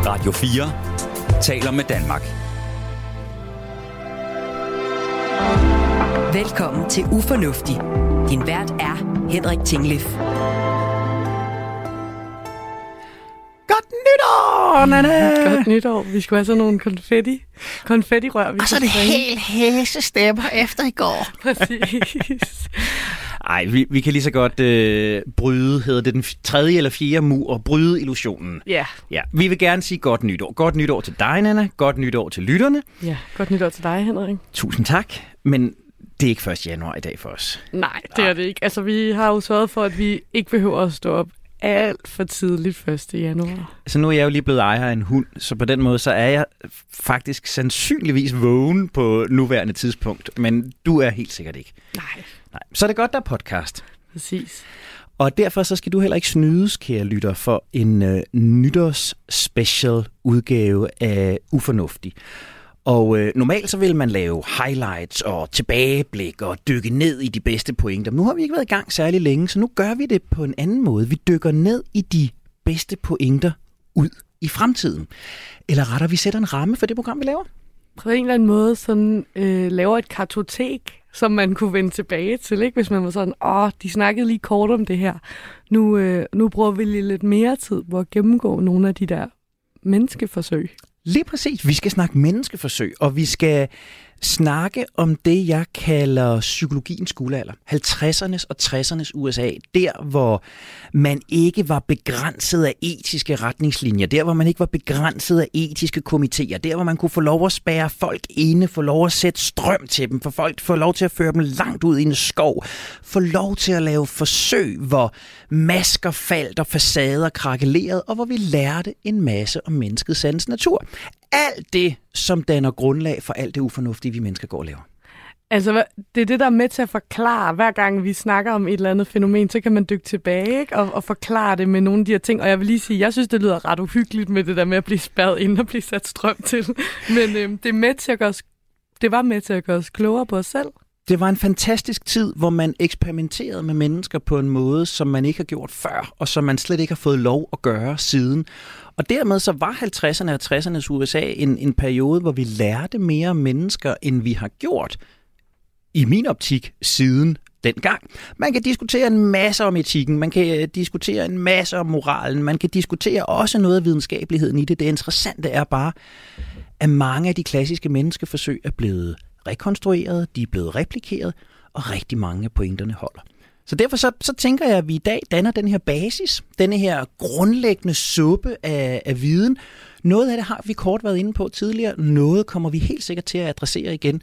Radio 4 taler med Danmark. Velkommen til Ufornuftig. Din vært er Henrik Tinglef. Godt nytår, Nanna! Godt nytår. Vi skulle have sådan nogle konfettirør. Og så er det helt hæse stemmer efter i går. Præcis. Ej, vi kan lige så godt bryde, hedder det den 3. eller 4. mur, og bryde illusionen. Ja. Ja. Vi vil gerne sige godt nytår. Godt nytår til dig, Nanna. Godt nytår til lytterne. Ja, godt nytår til dig, Henrik. Tusind tak. Men det er ikke 1. januar i dag for os. Nej, det er det ikke. Altså, vi har jo sørget for, at vi ikke behøver at stå op alt for tidligt 1. januar. Så nu er jeg jo lige blevet ejer af en hund, så på den måde så er jeg faktisk sandsynligvis vågen på nuværende tidspunkt. Men du er helt sikkert ikke. Nej. Så er det godt, der er podcast. Præcis. Og derfor så skal du heller ikke snydes, kære lytter, for en nytårsspecial udgave af Ufornuftig. Og normalt så vil man lave highlights og tilbageblik og dykke ned i de bedste pointer. Men nu har vi ikke været i gang særlig længe, så nu gør vi det på en anden måde. Vi dykker ned i de bedste pointer ud i fremtiden. Eller rettere, vi sætter en ramme for det program, vi laver. På en eller anden måde sådan, laver et kartotek, som man kunne vende tilbage til, ikke? Hvis man var sådan, de snakkede lige kort om det her. Nu bruger vi lige lidt mere tid på at gennemgå nogle af de der menneskeforsøg. Lige præcis. Vi skal snakke menneskeforsøg, og vi skal snakke om det, jeg kalder psykologiens guldalder. 50'ernes og 60'ernes USA. Der, hvor man ikke var begrænset af etiske retningslinjer. Der, hvor man ikke var begrænset af etiske komitéer. Der, hvor man kunne få lov at spærre folk inde, få lov at sætte strøm til dem, for folk få lov til at føre dem langt ud i en skov. Få lov til at lave forsøg, hvor masker faldt og facader krakelerede, og hvor vi lærte en masse om menneskets sandens natur. Alt det, som danner grundlag for alt det ufornuftige, vi mennesker går og laver. Altså, det er det, der er med til at forklare. Hver gang vi snakker om et eller andet fænomen, så kan man dykke tilbage, ikke? Og forklare det med nogle af de her ting. Og jeg vil lige sige, jeg synes, det lyder ret uhyggeligt med det der med at blive spærret ind og blive sat strøm til. Men det var med til at gøre os klogere på os selv. Det var en fantastisk tid, hvor man eksperimenterede med mennesker på en måde, som man ikke har gjort før, og som man slet ikke har fået lov at gøre siden. Og dermed så var 50'erne og 60'ernes USA en periode, hvor vi lærte mere om mennesker, end vi har gjort, i min optik, siden dengang. Man kan diskutere en masse om etikken, man kan diskutere en masse om moralen, man kan diskutere også noget af videnskabeligheden i det. Det interessante er bare, at mange af de klassiske menneskeforsøg er blevet rekonstrueret, de er blevet replikeret, og rigtig mange af pointerne holder. Så derfor så tænker jeg, at vi i dag danner den her basis, denne her grundlæggende suppe af viden. Noget af det har vi kort været inde på tidligere, noget kommer vi helt sikkert til at adressere igen.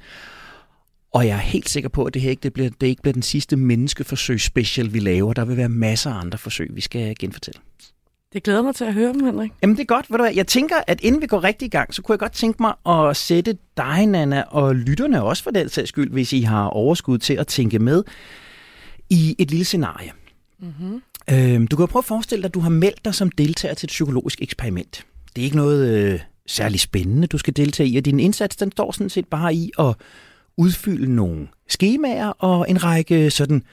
Og jeg er helt sikker på, at det ikke bliver den sidste menneskeforsøg special, vi laver. Der vil være masser af andre forsøg, vi skal genfortælle. Det glæder mig til at høre dem, Henrik. Jamen det er godt. Ved du hvad? Jeg tænker, at inden vi går rigtig i gang, så kunne jeg godt tænke mig at sætte dig, Nanna, og lytterne også for den sags skyld, hvis I har overskud til at tænke med, i et lille scenarie. Mm-hmm. Du kan jo prøve at forestille dig, at du har meldt dig som deltager til et psykologisk eksperiment. Det er ikke noget særlig spændende, du skal deltage i, og din indsats, den står sådan set bare i at udfylde nogle skemaer og en række sådan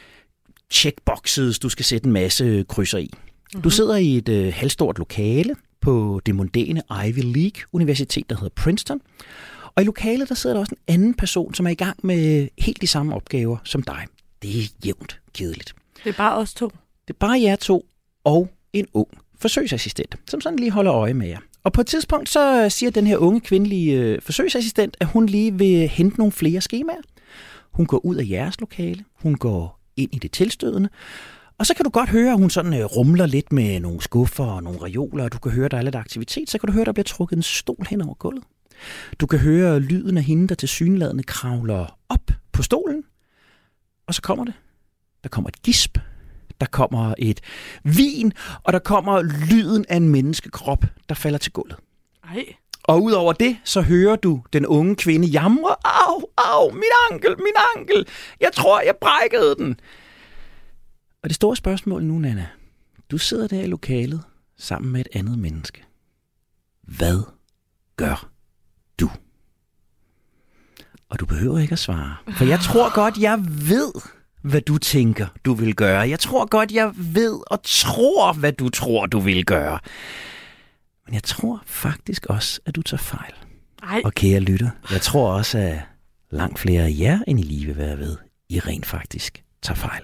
checkboxes, du skal sætte en masse krydser i. Mm-hmm. Du sidder i et halvstort lokale på det mondæne Ivy League Universitet, der hedder Princeton. Og i lokalet, der sidder der også en anden person, som er i gang med helt de samme opgaver som dig. Det er jævnt kedeligt. Det er bare os to. Det er bare jer to og en ung forsøgsassistent, som sådan lige holder øje med jer. Og på et tidspunkt, så siger den her unge kvindelige forsøgsassistent, at hun lige vil hente nogle flere skemaer. Hun går ud af jeres lokale, hun går ind i det tilstødende, og så kan du godt høre, at hun sådan rumler lidt med nogle skuffer og nogle reoler, og du kan høre, der er lidt aktivitet, så kan du høre, der bliver trukket en stol hen over gulvet. Du kan høre lyden af hende, der tilsyneladende kravler op på stolen, og så kommer det. Der kommer et gisp, der kommer et vin, og der kommer lyden af en menneskekrop, der falder til gulvet. Ej. Og udover det, så hører du den unge kvinde jamre. Au, min ankel, jeg tror, jeg brækkede den. Og det store spørgsmål nu, Nanna. Du sidder der i lokalet sammen med et andet menneske. Hvad gør du? Og du behøver ikke at svare. For jeg tror godt, jeg ved, hvad du tænker, du vil gøre. Jeg tror godt, jeg ved og tror, hvad du tror, du vil gøre. Men jeg tror faktisk også, at du tager fejl. Ej. Og kære lytter, jeg tror også, at langt flere af jer, end I lige vil være ved, I rent faktisk tager fejl.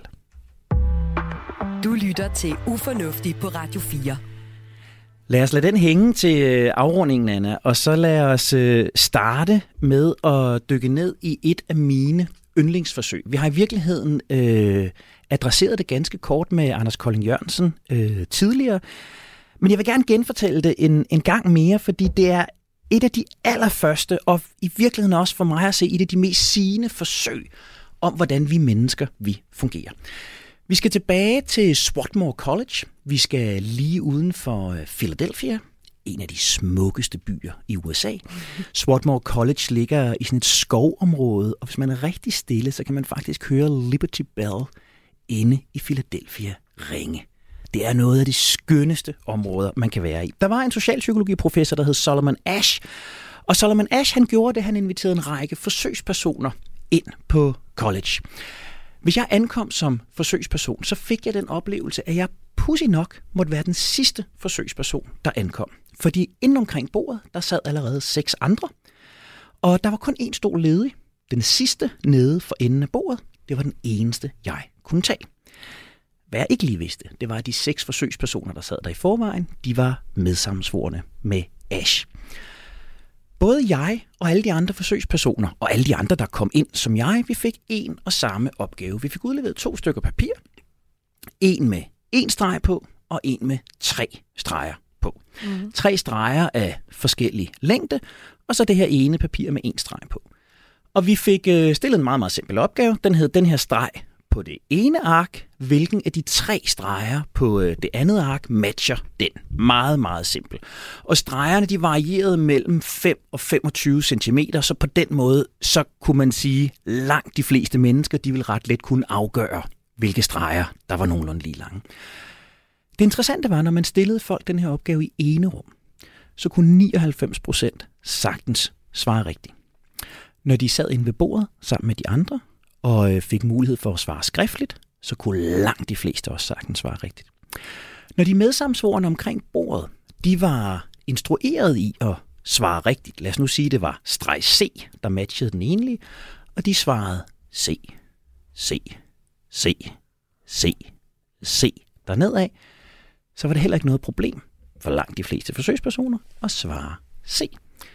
Du lytter til Ufornuftig på Radio 4. Lad os lade den hænge til afrundingen, Anna, og så lad os starte med at dykke ned i et af mine yndlingsforsøg. Vi har i virkeligheden adresseret det ganske kort med Anders Kolding Jørgensen tidligere, men jeg vil gerne genfortælle det en gang mere, fordi det er et af de allerførste, og i virkeligheden også for mig at se, et af de mest sigende forsøg om, hvordan vi mennesker vi fungerer. Vi skal tilbage til Swarthmore College. Vi skal lige uden for Philadelphia, en af de smukkeste byer i USA. Swarthmore College ligger i sådan et skovområde, og hvis man er rigtig stille, så kan man faktisk høre Liberty Bell inde i Philadelphia ringe. Det er noget af de skønneste områder, man kan være i. Der var en socialpsykologiprofessor, der hed Solomon Asch, og Solomon Asch, han gjorde det, han inviterede en række forsøgspersoner ind på college. Hvis jeg ankom som forsøgsperson, så fik jeg den oplevelse, at jeg pudsigt nok måtte være den sidste forsøgsperson, der ankom. Fordi inden omkring bordet, der sad allerede 6 andre, og der var kun én stol ledig. Den sidste nede for enden af bordet, det var den eneste, jeg kunne tage. Hvad jeg ikke lige vidste, det var, at de 6 forsøgspersoner, der sad der i forvejen, de var medsammensvorne med Asch. Både jeg og alle de andre forsøgspersoner, og alle de andre, der kom ind som jeg, vi fik en og samme opgave. Vi fik udleveret 2 stykker papir. En med 1 streg på, og en med 3 streger på. 3 streger af forskellig længde, og så det her ene papir med 1 streg på. Og vi fik stillet en meget, meget simpel opgave. Den hed den her streg på det ene ark. Hvilken af de 3 streger på det andet ark matcher den? Meget, meget simpel. Og stregerne, de varierede mellem 5 og 25 cm, så på den måde, så kunne man sige, langt de fleste mennesker, de ville ret let kunne afgøre, hvilke streger, der var nogenlunde lige lange. Det interessante var, når man stillede folk den her opgave i ene rum, så kunne 99% sagtens svare rigtigt. Når de sad inde ved bordet sammen med de andre, og fik mulighed for at svare skriftligt, så kunne langt de fleste også sagtens svare rigtigt. Når de medsammensvorne omkring bordet, de var instrueret i at svare rigtigt. Lad os nu sige, det var streg C, der matchede den enlige, og de svarede C, C, C, C, C dernedad, så var det heller ikke noget problem for langt de fleste forsøgspersoner at svare C.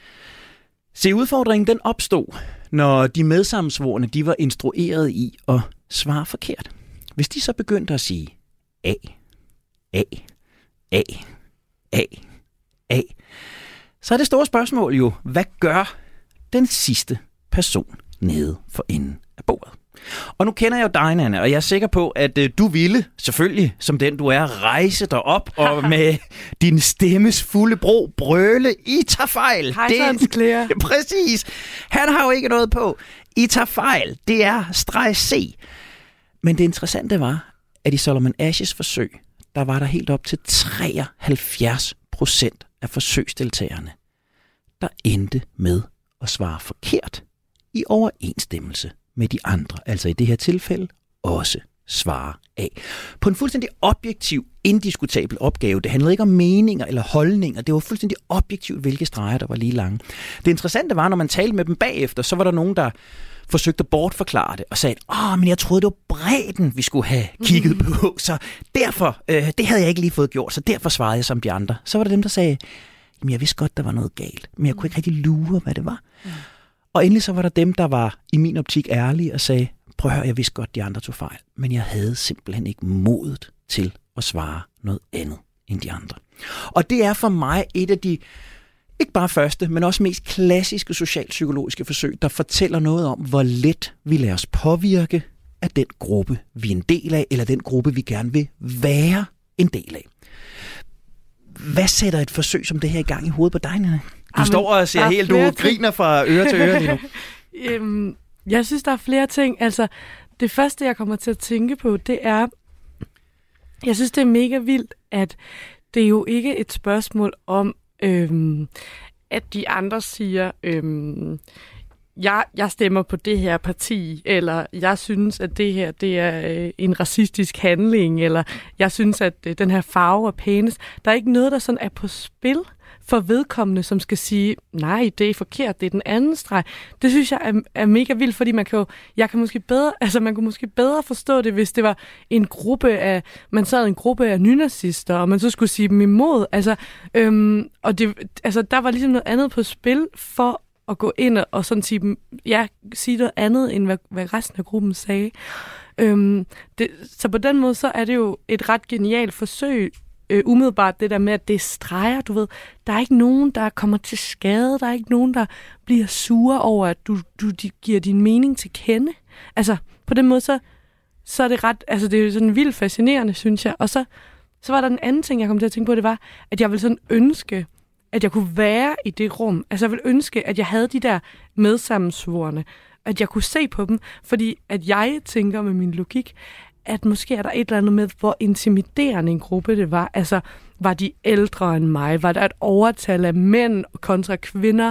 Se, udfordringen den opstod, når de medsammensvorne, de var instrueret i at svare forkert. Hvis de så begyndte at sige A, A, A, A, A, så er det store spørgsmål jo, hvad gør den sidste person nede for enden af bordet? Og nu kender jeg jo dig, Anna, og jeg er sikker på, at du ville, selvfølgelig, som den du er, rejse dig op og med din stemmes fulde bro brøle, I tager fejl. Hejsans klæder. Præcis. Han har jo ikke noget på. I tager fejl. Det er streg C. Men det interessante var, at i Solomon Asch's forsøg, der var der helt op til 73% af forsøgsdeltagerne, der endte med at svare forkert i overensstemmelse med de andre, altså i det her tilfælde også svare A. På en fuldstændig objektiv, indiskutabel opgave. Det handlede ikke om meninger eller holdninger. Det var fuldstændig objektivt, hvilke streger, der var lige lange. Det interessante var, når man talte med dem bagefter, så var der nogen, der forsøgte at bortforklare det og sagde, men jeg troede, det var bredden, vi skulle have kigget på, så derfor, det havde jeg ikke lige fået gjort, så derfor svarede jeg som de andre. Så var der dem, der sagde, jamen jeg vidste godt, der var noget galt, men jeg kunne ikke rigtig lure, hvad det var. Og endelig så var der dem, der var i min optik ærlige og sagde, prøv at høre, jeg vidste godt, de andre tog fejl, men jeg havde simpelthen ikke modet til at svare noget andet end de andre. Og det er for mig et af de, ikke bare første, men også mest klassiske socialpsykologiske forsøg, der fortæller noget om, hvor let vi lader os påvirke af den gruppe, vi er en del af, eller den gruppe, vi gerne vil være en del af. Hvad sætter et forsøg som det her i gang i hovedet på dig, Nana? Du står og ser helt, du griner fra øre til øre lige nu. Jeg synes, der er flere ting. Altså, det første, jeg kommer til at tænke på, det er, jeg synes, det er mega vildt, at det er jo ikke et spørgsmål om, at de andre siger, jeg stemmer på det her parti, eller jeg synes, at det her det er en racistisk handling, eller jeg synes, at den her farve er pænest. Der er ikke noget, der sådan er på spil for vedkommende, som skal sige, nej, det er forkert, det er den anden streg. Det synes jeg er mega vildt, fordi man kunne måske bedre forstå det, hvis det var man sad en gruppe af nynazister, og man så skulle sige dem imod. Der var ligesom noget andet på spil for at gå ind og sådan sige noget andet, end hvad resten af gruppen sagde. Så på den måde, så er det jo et ret genialt forsøg, umiddelbart det der med, at det streger, du ved. Der er ikke nogen, der kommer til skade. Der er ikke nogen, der bliver sure over, at du giver din mening til kende. Altså, på den måde, så er det ret... Altså, det er jo sådan vildt fascinerende, synes jeg. Og så var der en anden ting, jeg kom til at tænke på, det var, at jeg ville sådan ønske, at jeg kunne være i det rum. Altså, jeg ville ønske, at jeg havde de der medsammensvorne. At jeg kunne se på dem. Fordi at jeg tænker med min logik, at måske er der et eller andet med, hvor intimiderende en gruppe det var. Altså, var de ældre end mig? Var der et overtal af mænd kontra kvinder?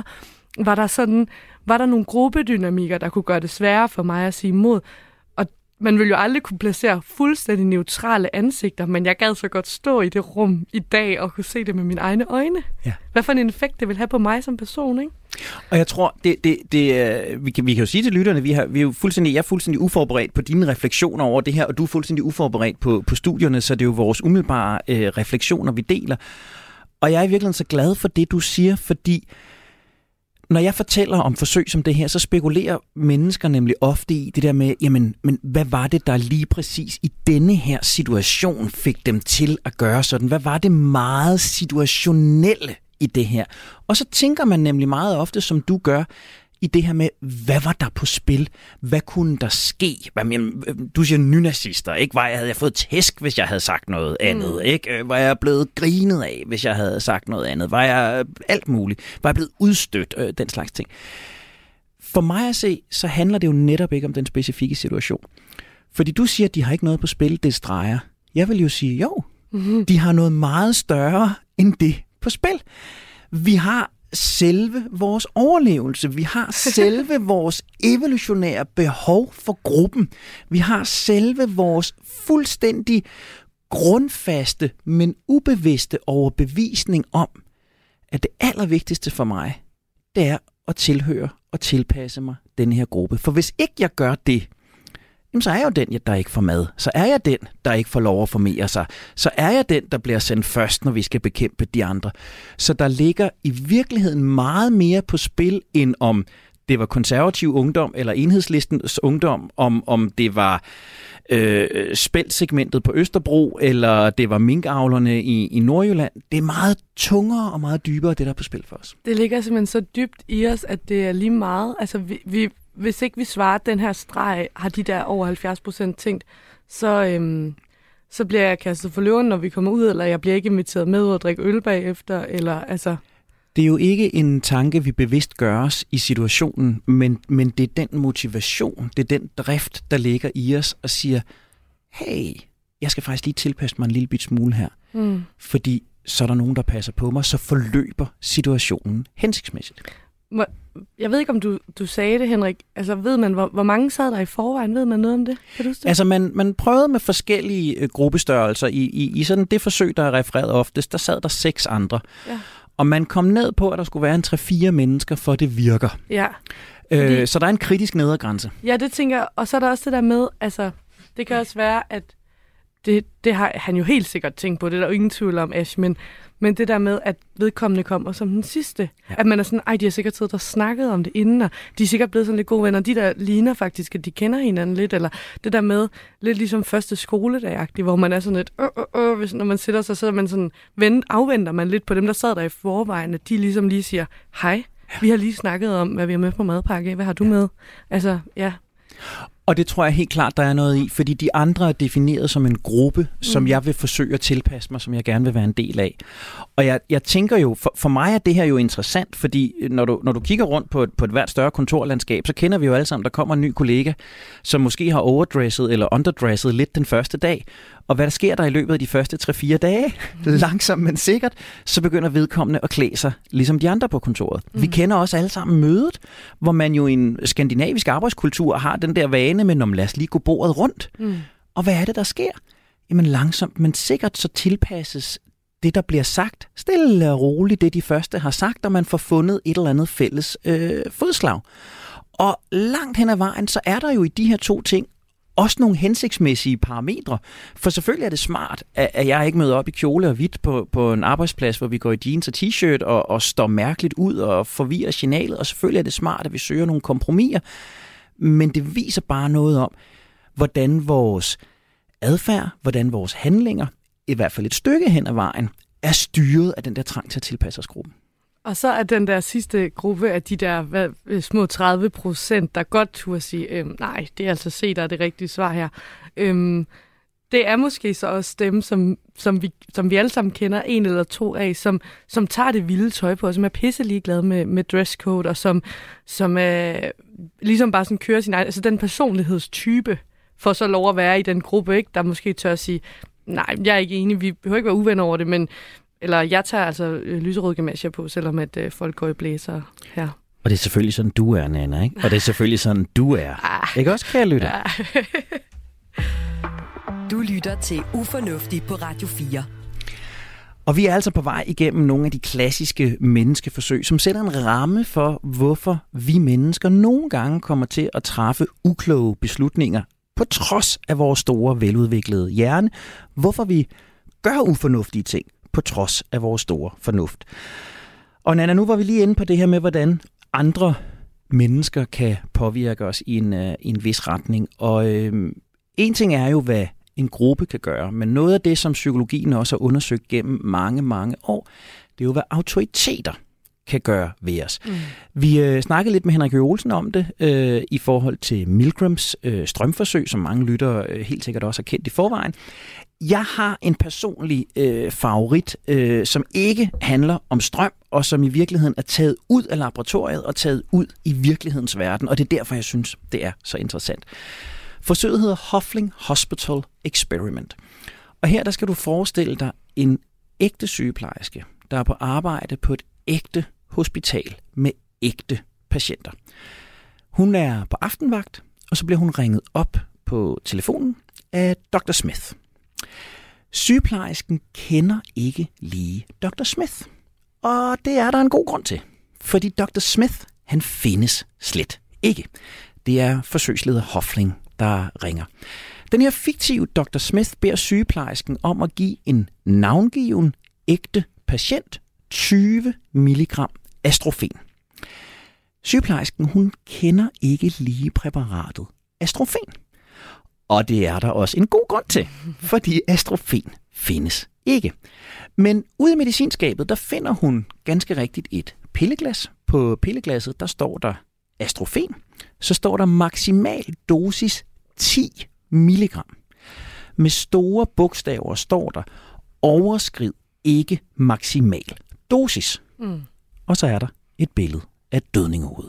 Var der nogle gruppedynamikker, der kunne gøre det sværere for mig at sige imod? Og man ville jo aldrig kunne placere fuldstændig neutrale ansigter, men jeg gad så godt stå i det rum i dag og kunne se det med mine egne øjne. Ja. Hvad for en effekt det vil have på mig som person, ikke? Og jeg tror, vi kan jo sige til lytterne, jeg er fuldstændig uforberedt på dine refleksioner over det her, og du er fuldstændig uforberedt på studierne, så det er jo vores umiddelbare refleksioner, vi deler. Og jeg er i virkeligheden så glad for det, du siger, fordi når jeg fortæller om forsøg som det her, så spekulerer mennesker nemlig ofte i det der med, jamen, men hvad var det, der lige præcis i denne her situation fik dem til at gøre sådan? Hvad var det meget situationelle i det her? Og så tænker man nemlig meget ofte, som du gør, i det her med, hvad var der på spil? Hvad kunne der ske? Du siger nynazister, ikke? Havde jeg fået tæsk, hvis jeg havde sagt noget andet? Ikke? Var jeg blevet grinet af, hvis jeg havde sagt noget andet? Var jeg alt muligt? Var jeg blevet udstødt? Den slags ting. For mig at se, så handler det jo netop ikke om den specifikke situation. Fordi du siger, at de har ikke noget på spil, det streger. Jeg vil jo sige, jo, de har noget meget større end det på spil. Vi har selve vores overlevelse. Vi har selve vores evolutionære behov for gruppen. Vi har selve vores fuldstændig grundfaste, men ubevidste overbevisning om, at det allervigtigste for mig, det er at tilhøre og tilpasse mig denne her gruppe. For hvis ikke jeg gør det, så er jeg jo den, der ikke får mad. Så er jeg den, der ikke får lov at formere sig. Så er jeg den, der bliver sendt først, når vi skal bekæmpe de andre. Så der ligger i virkeligheden meget mere på spil, end om det var konservativ ungdom eller Enhedslistens ungdom, om det var spældsegmentet på Østerbro, eller det var minkavlerne i Nordjylland. Det er meget tungere og meget dybere, det der er på spil for os. Det ligger simpelthen så dybt i os, at det er lige meget. Altså, hvis ikke vi svarer, at den her streg har de der over 70% tænkt, så bliver jeg kastet for løven, når vi kommer ud, eller jeg bliver ikke inviteret med ud at drikke øl bagefter, eller altså... Det er jo ikke en tanke, vi bevidst gør os i situationen, men det er den motivation, det er den drift, der ligger i os og siger, hey, jeg skal faktisk lige tilpasse mig en lille bit smule her, fordi så er der nogen, der passer på mig, så forløber situationen hensigtsmæssigt. Jeg ved ikke, om du sagde det, Henrik. Altså, ved man, hvor mange sad der i forvejen? Ved man noget om det? Kan du huske det? Altså, man prøvede med forskellige gruppestørrelser. I sådan det forsøg, der er refereret oftest, der sad der 6 andre. Ja. Og man kom ned på, at der skulle være en 3-4 mennesker, for det virker. Ja. Så der er en kritisk nedergrænse. Ja, det tænker jeg. Og så er der også det der med, altså, det kan også være, at det har han jo helt sikkert tænkt på. Det er der jo ingen tvivl om, Ash, men det der med, at vedkommende kommer som den sidste. Ja. At man er sådan, de har sikkert siddet og snakket om det inden, og de er sikkert blevet sådan lidt gode venner. De der ligner faktisk, at de kender hinanden lidt, eller det der med, lidt ligesom første skoledag-agtigt, hvor man er sådan lidt, hvis, når man sætter sig, så er man sådan, afventer man lidt på dem, der sad der i forvejen, at de ligesom lige siger, hej, vi har lige snakket om, hvad vi har med på madpakke, hvad har du med? Altså, ja. Og det tror jeg helt klart, der er noget i, fordi de andre er defineret som en gruppe, som jeg vil forsøge at tilpasse mig, som jeg gerne vil være en del af. Og jeg tænker jo, for mig er det her jo interessant, fordi når du kigger rundt på et hvert større kontorlandskab, så kender vi jo alle sammen, der kommer en ny kollega, som måske har overdresset eller underdresset lidt den første dag. Og hvad der sker der i løbet af de første 3-4 dage, langsomt men sikkert, så begynder vedkommende at klæde sig, ligesom de andre på kontoret. Vi kender også alle sammen mødet, hvor man jo i en skandinavisk arbejdskultur har den der vane med, lad os lige gå bordet rundt. Og hvad er det, der sker? Jamen langsomt men sikkert så tilpasses det, der bliver sagt, stille og roligt, det de første har sagt, og man får fundet et eller andet fælles fodslag. Og langt hen ad vejen, så er der jo i de her to ting også nogle hensigtsmæssige parametre. For selvfølgelig er det smart, at jeg ikke møder op i kjole og hvidt på en arbejdsplads, hvor vi går i jeans og t-shirt og står mærkeligt ud og forvirrer signalet. Og selvfølgelig er det smart, at vi søger nogle kompromiser. Men det viser bare noget om, hvordan vores adfærd, hvordan vores handlinger, i hvert fald et stykke hen ad vejen, er styret af den der trang til at tilpasse os gruppen. Og så er den der sidste gruppe af de der små 30%, der godt turde sige, nej, det er altså C, der er det rigtige svar her. Det er måske så også dem, som vi alle sammen kender, en eller to af, som tager det vilde tøj på, og som er pisse ligeglade med dresscode, og som ligesom bare sådan kører sin egen, altså den personlighedstype, får så lov at være i den gruppe, ikke, der måske tør at sige, nej, jeg er ikke enig, vi behøver ikke være uvenner over det, men eller jeg tager altså lyserøde gamasjer på, selvom at folk går i blæser her. Og det er selvfølgelig sådan, du er, Nanna, ikke? Og det er selvfølgelig sådan, du er. Ikke også, kære lytter? Ja. Du lytter til Ufornuftig på Radio 4. Og vi er altså på vej igennem nogle af de klassiske menneskeforsøg, som sætter en ramme for, hvorfor vi mennesker nogle gange kommer til at træffe ukloge beslutninger, på trods af vores store, veludviklede hjerne. Hvorfor vi gør ufornuftige ting, på trods af vores store fornuft. Og Nanna, nu var vi lige inde på det her med, hvordan andre mennesker kan påvirke os i en vis retning. Og en ting er jo, hvad en gruppe kan gøre, men noget af det, som psykologien også har undersøgt gennem mange, mange år, det er jo, hvad autoriteter kan gøre ved os. Vi snakkede lidt med Henrik Olsen om det i forhold til Milgrams strømforsøg, som mange lyttere helt sikkert også har kendt i forvejen. Jeg har en personlig favorit, som ikke handler om strøm, og som i virkeligheden er taget ud af laboratoriet og taget ud i virkelighedens verden, og det er derfor, jeg synes, det er så interessant. Forsøget hedder Hofling Hospital Experiment. Og her der skal du forestille dig en ægte sygeplejerske, der er på arbejde på et ægte hospital med ægte patienter. Hun er på aftenvagt, og så bliver hun ringet op på telefonen af Dr. Smith. Sygeplejersken kender ikke lige Dr. Smith, og det er der en god grund til, fordi Dr. Smith, han findes slet ikke. Det er forsøgsleder Hofling, der ringer. Den her fiktive Dr. Smith beder sygeplejersken om at give en navngiven ægte patient 20 milligram Astrofen. Sygeplejersken, hun kender ikke lige præparatet Astrofen. Og det er der også en god grund til, fordi Astrofen findes ikke. Men ude i medicinskabet, der finder hun ganske rigtigt et pilleglas. På pilleglasset, der står der Astrofen. Så står der maksimal dosis 10 milligram. Med store bogstaver står der overskrid ikke maksimal dosis. Og så er der et billede af dødningehovedet.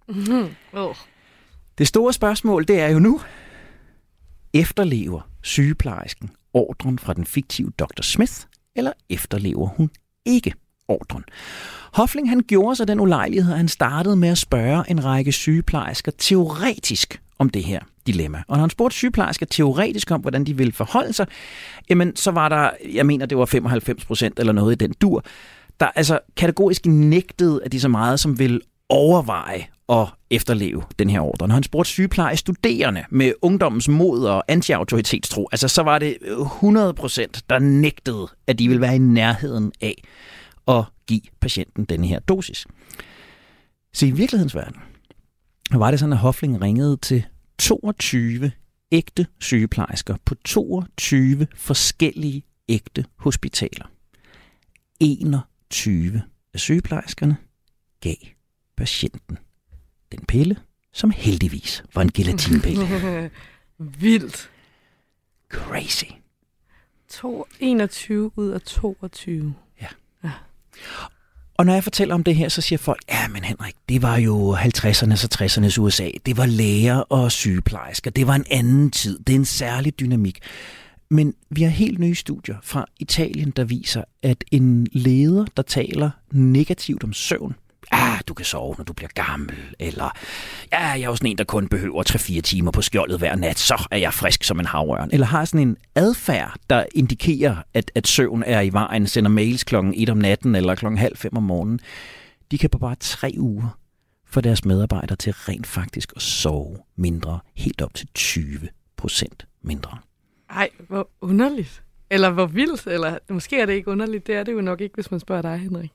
Det store spørgsmål, det er jo nu, efterlever sygeplejersken ordren fra den fiktive Dr. Smith, eller efterlever hun ikke ordren? Hofling, han gjorde sig den ulejlighed, at han startede med at spørge en række sygeplejersker teoretisk om det her dilemma. Og når han spurgte sygeplejersker teoretisk om, hvordan de ville forholde sig, jamen så var der, jeg mener det var 95% eller noget i den dur, der altså kategorisk nægtede, at de så meget som ville overveje at efterleve den her ordre. Når han spurgte sygeplejestuderende med ungdommens mod og anti-autoritetstro, altså så var det 100%, der nægtede, at de ville være i nærheden af at give patienten denne her dosis. Så i virkelighedens verden var det sådan, at Hofling ringede til 22 ægte sygeplejersker på 22 forskellige ægte hospitaler. 21 af sygeplejerskerne gav patienten den pille, som heldigvis var en gelatinepille. Vildt. Crazy. 21 ud af 22. Ja. Og når jeg fortæller om det her, så siger folk, ja, men Henrik, det var jo 50'ernes og 60'ernes USA. Det var læger og sygeplejersker. Det var en anden tid. Det er en særlig dynamik. Men vi har helt nye studier fra Italien, der viser, at en leder, der taler negativt om søvn, du kan sove, når du bliver gammel, eller jeg er jo sådan en, der kun behøver 3-4 timer på skjoldet hver nat, så er jeg frisk som en havørn. Eller har sådan en adfærd, der indikerer, at søvn er i vejen, sender mails 1:00 om natten eller 4:30 om morgenen. De kan på bare 3 uger få deres medarbejdere til rent faktisk at sove mindre, helt op til 20% mindre. Ej, hvor underligt. Eller hvor vildt, eller måske er det ikke underligt. Det er det jo nok ikke, hvis man spørger dig, Henrik.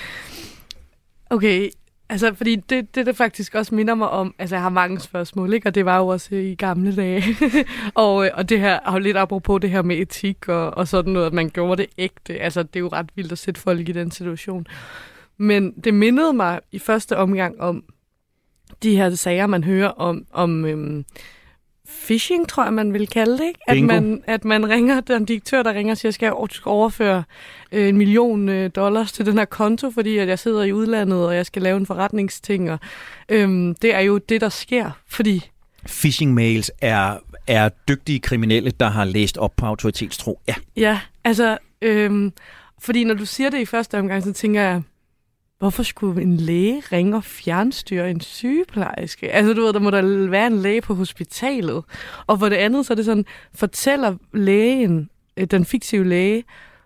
Okay, altså fordi det faktisk også minder mig om, altså jeg har mange spørgsmål, ikke? Og det var jo også i gamle dage. og det her, og lidt apropos det her med etik og sådan noget, at man gjorde det ægte. Altså det er jo ret vildt at sætte folk i den situation. Men det mindede mig i første omgang om de her sager, man hører om phishing, tror jeg, man vil kalde det, ikke? At man ringer, den direktør, der ringer og siger, skal jeg overføre $1 million til den her konto, fordi at jeg sidder i udlandet, og jeg skal lave en forretningsting. Og, det er jo det, der sker, fordi... Phishing-mails er dygtige kriminelle, der har læst op på autoritetstro. Ja, altså... fordi når du siger det i første omgang, så tænker jeg, hvorfor skulle en læge ringe og fjernstyre en sygeplejerske? Altså, du ved, der må der være en læge på hospitalet. Og for det andet, så er det sådan, fortæller lægen, den fiktive læge,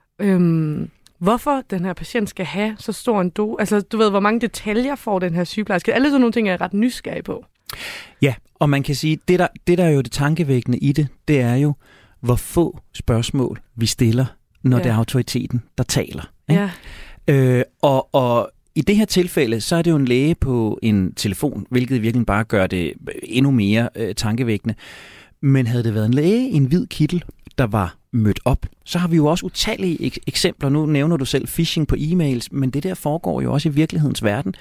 hvorfor den her patient skal have så stor en dos. Altså, du ved, hvor mange detaljer får den her sygeplejerske. Alle sådan nogle ting er jeg ret nysgerrig på. Ja, og man kan sige, det der er jo det tankevækkende i det, det er jo, hvor få spørgsmål vi stiller, når det er autoriteten, der taler. Ikke? Ja. Og i det her tilfælde, så er det jo en læge på en telefon, hvilket virkelig bare gør det endnu mere tankevækkende. Men havde det været en læge i en hvid kittel, der var mødt op, så har vi jo også utallige eksempler. Nu nævner du selv phishing på e-mails, men det der foregår jo også i virkelighedens verden.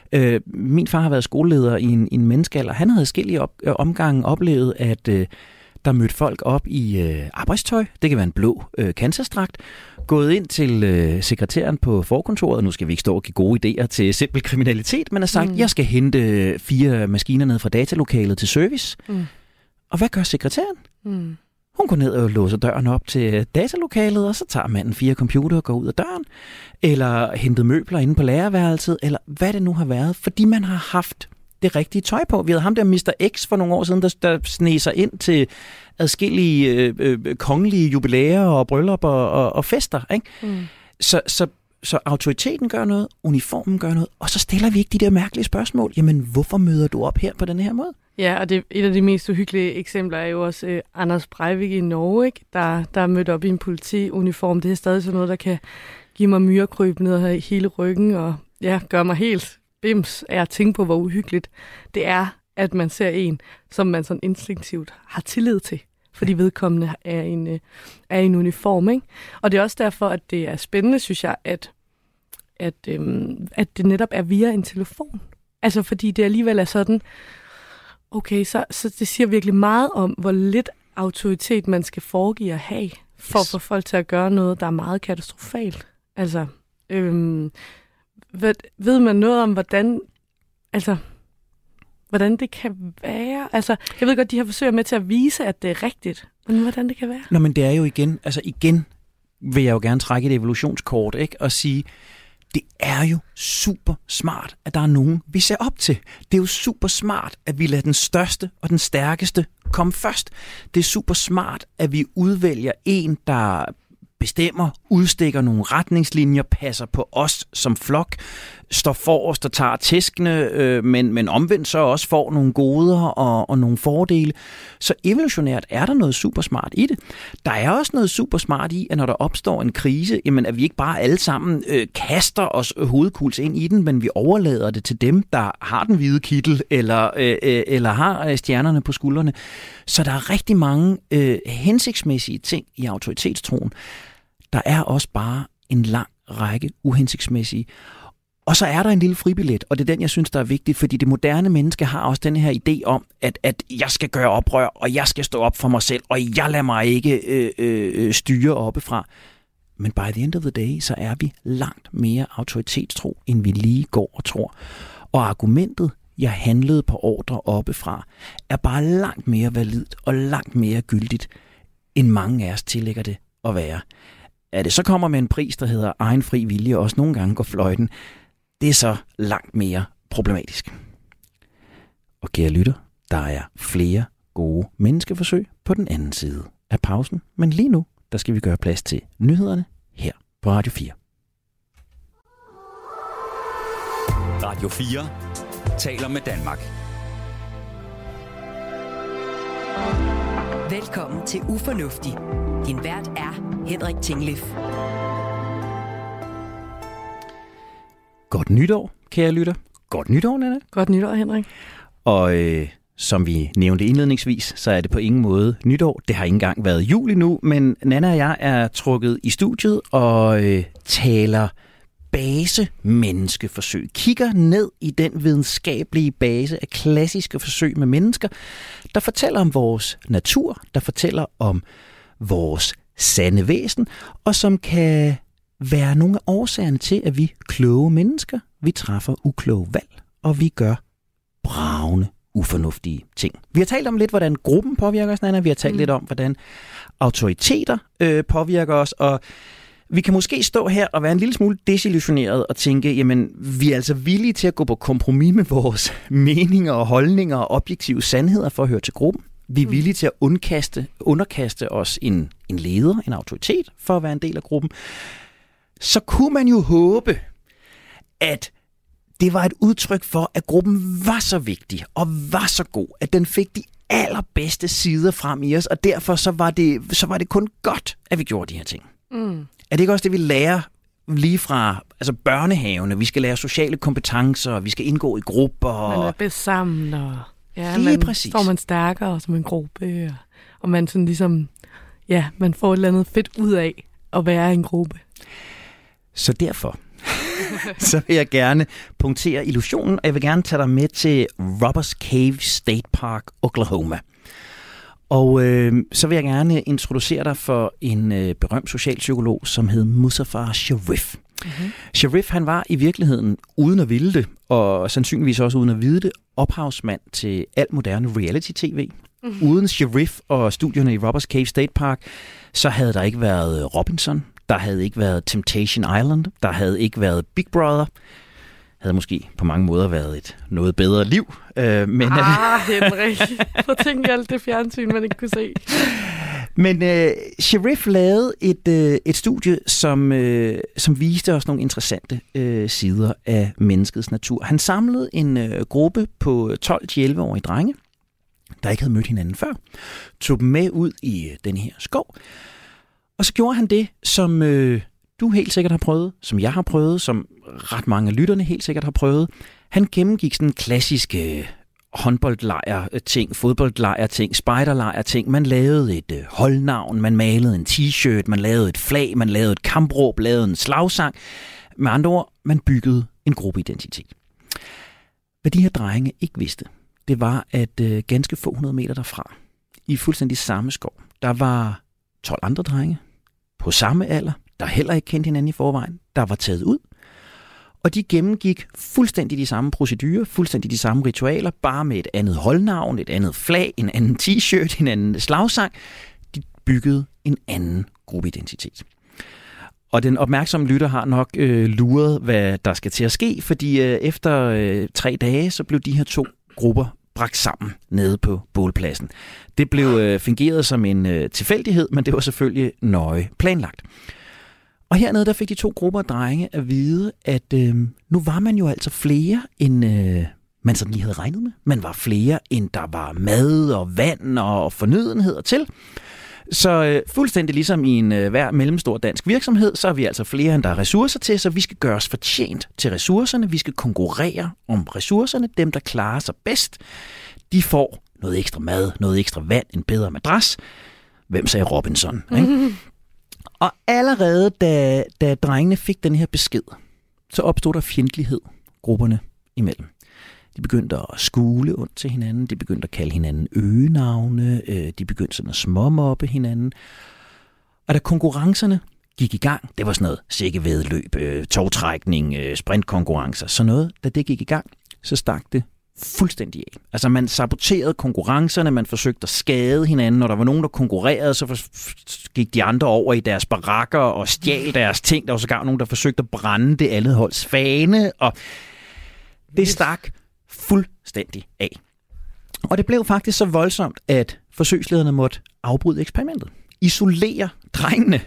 Min far har været skoleleder i en menneskealder. Han havde forskellige omgange oplevet, at der mødte folk op i arbejdstøj. Det kan være en blå Kansas-dragt. Gået ind til sekretæren på forkontoret. Nu skal vi ikke stå og give gode idéer til simpel kriminalitet, men har sagt, jeg skal hente 4 maskiner ned fra datalokalet til service. Og hvad gør sekretæren? Hun går ned og låser døren op til datalokalet, og så tager manden 4 computere og går ud af døren. Eller hentet møbler inde på lærerværelset, eller hvad det nu har været. Fordi man har haft det rigtige tøj på. Vi havde ham der Mr. X for nogle år siden, der sneg sig ind til adskillige kongelige jubilæer og bryllupper og fester. Ikke? Så autoriteten gør noget, uniformen gør noget, og så stiller vi ikke de der mærkelige spørgsmål. Jamen, hvorfor møder du op her på den her måde? Ja, og et af de mest uhyggelige eksempler er jo også Anders Breivik i Norge, ikke? Der er mødt op i en politiuniform. Det er stadig sådan noget, der kan give mig myrekryb ned her i hele ryggen, og gør mig helt bims af at tænke på, hvor uhyggeligt det er, at man ser en, som man sådan instinktivt har tillid til, fordi vedkommende er en uniform, ikke? Og det er også derfor, at det er spændende, synes jeg, at det netop er via en telefon. Altså, fordi det alligevel er sådan, okay, så det siger virkelig meget om, hvor lidt autoritet man skal foregive at have, for at få folk til at gøre noget, der er meget katastrofalt. Altså, ved man noget om, hvordan det kan være? Altså, jeg ved godt, de har forsøgt med til at vise, at det er rigtigt, men hvordan det kan være? Nå, men det er jo igen vil jeg jo gerne trække et evolutionskort, ikke? Og sige, det er jo super smart, at der er nogen, vi ser op til. Det er jo super smart, at vi lader den største og den stærkeste komme først. Det er super smart, at vi udvælger en, der bestemmer, udstikker nogle retningslinjer, passer på os som flok, står forrest og tager tæskene, men omvendt så også får nogle goder og nogle fordele. Så evolutionært er der noget super smart i det. Der er også noget super smart i, at når der opstår en krise, jamen, at vi ikke bare alle sammen kaster os hovedkuls ind i den, men vi overlader det til dem, der har den hvide kittel eller har stjernerne på skuldrene. Så der er rigtig mange hensigtsmæssige ting i autoritetstroen. Der er også bare en lang række uhensigtsmæssige. Og så er der en lille fribillet, og det er den, jeg synes, der er vigtigt, fordi det moderne menneske har også den her idé om, at jeg skal gøre oprør, og jeg skal stå op for mig selv, og jeg lader mig ikke styre oppefra. Men by the end of the day, så er vi langt mere autoritetstro, end vi lige går og tror. Og argumentet, jeg handlede på ordre oppefra, er bare langt mere validt og langt mere gyldigt, end mange af os tillægger det at være. At det så kommer med en pris, der hedder egen fri vilje, og også nogle gange går fløjten, det er så langt mere problematisk. Og kære lytter, der er flere gode menneskeforsøg på den anden side af pausen. Men lige nu, der skal vi gøre plads til nyhederne her på Radio 4. Radio 4 taler med Danmark. Velkommen til Ufornuftig. Din vært er Henrik Tinglef. Godt nytår, kære lytter. Godt nytår, Nana. Godt nytår, Henrik. Og som vi nævnte indledningsvis, så er det på ingen måde nytår. Det har ikke engang været jul endnu, men Nana og jeg er trukket i studiet og taler base-menneskeforsøg. Kigger ned i den videnskabelige base af klassiske forsøg med mennesker, der fortæller om vores natur, der fortæller om vores sande væsen, og som kan være nogle af årsagerne til, at vi kloge mennesker, vi træffer ukloge valg, og vi gør bragende, ufornuftige ting. Vi har talt om lidt, hvordan gruppen påvirker os, Nana. Vi har talt lidt om, hvordan autoriteter påvirker os, og vi kan måske stå her og være en lille smule desillusioneret og tænke, jamen, vi er altså villige til at gå på kompromis med vores meninger og holdninger og objektive sandheder for at høre til gruppen. Vi er villige til at underkaste os en leder, en autoritet, for at være en del af gruppen. Så kunne man jo håbe, at det var et udtryk for, at gruppen var så vigtig og var så god, at den fik de allerbedste sider frem i os, og derfor så var det kun godt, at vi gjorde de her ting. Mm. Er det ikke også det, vi lærer lige fra børnehavene? Vi skal lære sociale kompetencer, vi skal indgå i grupper. Man er bedst sammen, og præcis. Står man stærkere som en gruppe, og man sådan ligesom, man får et eller andet fedt ud af at være en gruppe. Så derfor, så vil jeg gerne punktere illusionen, og jeg vil gerne tage dig med til Robbers Cave State Park, Oklahoma. Og så vil jeg gerne introducere dig for en berømt socialpsykolog, som hed Muzaffar Sherif. Mm-hmm. Sherif, han var i virkeligheden, uden at ville det, og sandsynligvis også uden at vide det, ophavsmand til alt moderne reality-tv. Mm-hmm. Uden Sherif og studierne i Robbers Cave State Park, så havde der ikke været Robinson, der havde ikke været Temptation Island, der havde ikke været Big Brother. Havde måske på mange måder været et noget bedre liv. Men Henrik. Prøv at tænke alt det fjernsyn, man ikke kunne se. Men Sherif lavede et studie, som viste os nogle interessante sider af menneskets natur. Han samlede en gruppe på 12-11-årige drenge, der ikke havde mødt hinanden før, tog dem med ud i den her skov, og så gjorde han det, som du helt sikkert har prøvet, som jeg har prøvet, som ret mange af lytterne helt sikkert har prøvet. Han gennemgik sådan klassiske håndboldlejr-ting, fodboldlejr-ting, spejderlejr-ting. Man lavede et holdnavn, man malede en t-shirt, man lavede et flag, man lavede et kampråb, lavede en slagsang. Med andre ord, man byggede en gruppeidentitet. Hvad de her drenge ikke vidste, det var, at ganske få 100 meter derfra, i fuldstændig samme skov, der var 12 andre drenge på samme alder, der heller ikke kendte hinanden i forvejen, der var taget ud. Og de gennemgik fuldstændig de samme procedurer, fuldstændig de samme ritualer, bare med et andet holdnavn, et andet flag, en anden t-shirt, en anden slagsang. De byggede en anden gruppeidentitet. Og den opmærksomme lytter har nok luret, hvad der skal til at ske, fordi efter 3 dage, så blev de her 2 grupper bragt sammen nede på bålpladsen. Det blev fingeret som en tilfældighed, men det var selvfølgelig nøje planlagt. Og hernede, der fik de 2 grupper af drenge at vide, at nu var man jo altså flere, end man sådan lige havde regnet med. Man var flere, end der var mad og vand og fornødenheder til. Så fuldstændig ligesom i en hver mellemstor dansk virksomhed, så er vi altså flere, end der er ressourcer til, så vi skal gøre os fortjent til ressourcerne. Vi skal konkurrere om ressourcerne. Dem, der klarer sig bedst, de får noget ekstra mad, noget ekstra vand, en bedre madras. Hvem sagde Robinson, ikke? Og allerede da drengene fik den her besked, så opstod der fjendtlighed grupperne imellem. De begyndte at skule ondt til hinanden, de begyndte at kalde hinanden øgenavne, de begyndte sådan at småmobbe hinanden. Og da konkurrencerne gik i gang, det var sådan noget sækkevæddeløb, tovtrækning, sprintkonkurrencer, sådan noget, da det gik i gang, så stak det fuldstændig af. Altså man saboterede konkurrencerne, man forsøgte at skade hinanden, når der var nogen, der konkurrerede, så gik de andre over i deres barakker og stjal deres ting. Der var sågar nogen, der forsøgte at brænde det andet holds fane, og det stak fuldstændig af. Og det blev faktisk så voldsomt, at forsøgslederne måtte afbryde eksperimentet. Isolere drengene.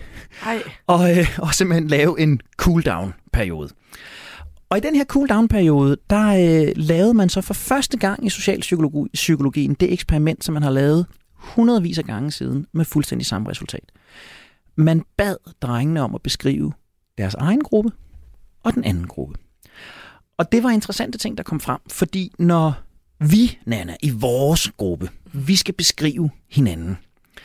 Og simpelthen lave en cool-down-periode. Og i den her cool-down-periode, der lavede man så for første gang i socialpsykologien det eksperiment, som man har lavet hundredvis af gange siden, med fuldstændig samme resultat. Man bad drengene om at beskrive deres egen gruppe og den anden gruppe. Og det var interessante ting, der kom frem, fordi når vi, Nanna, i vores gruppe, vi skal beskrive hinanden,